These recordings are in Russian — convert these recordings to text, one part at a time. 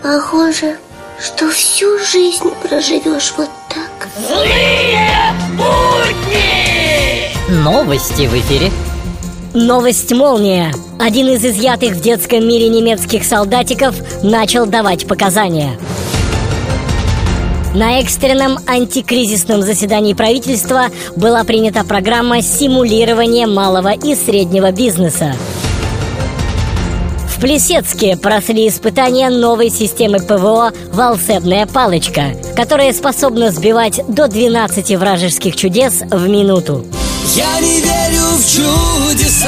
Похоже, что всю жизнь проживешь вот так. Злые будни! Новости в эфире. Новость «Молния». Один из изъятых в детском мире немецких солдатиков начал давать показания. На экстренном антикризисном заседании правительства была принята программа симулирования малого и среднего бизнеса. В Плесецке прошли испытания новой системы ПВО «Волшебная палочка», которая способна сбивать до 12 вражеских чудес в минуту. Я не верю в чудеса,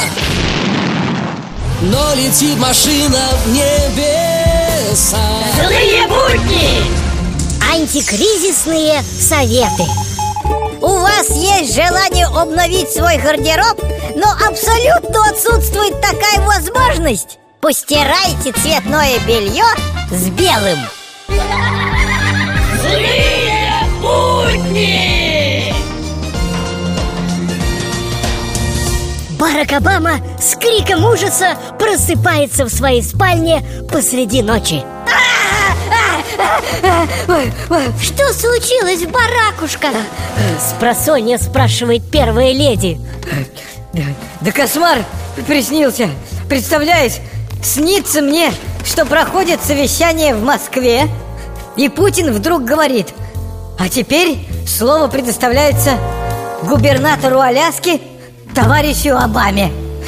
но летит машина в небеса. Злые будни! Антикризисные советы. У вас есть желание обновить свой гардероб, но абсолютно отсутствует такая возможность? Постирайте цветное белье с белым. Злые будни! Барак Обама с криком ужаса просыпается в своей спальне посреди ночи. Что случилось, баракушка? Спросонья спрашивает первая леди. Да кошмар приснился. Представляешь, снится мне, что проходит совещание в Москве, и Путин вдруг говорит: а теперь слово предоставляется губернатору Аляски, товарищу Обаме.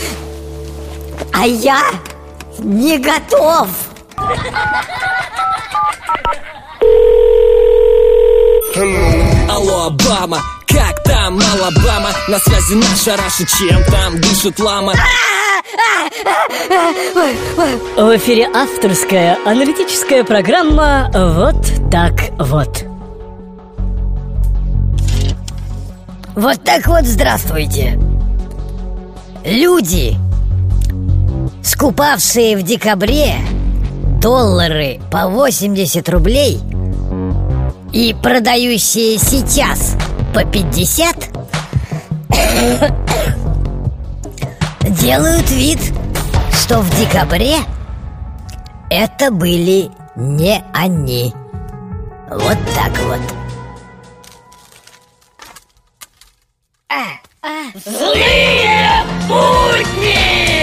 А я не готов. Алло, Обама, как там, Алабама? На связи наша Раша, чем там дышит лама? В эфире авторская аналитическая программа «Вот так вот». Вот так вот, здравствуйте. Люди, скупавшие в декабре доллары по 80 рублей и продающие сейчас по 50, делают вид, что в декабре это были не они. Вот так вот. Злые будни!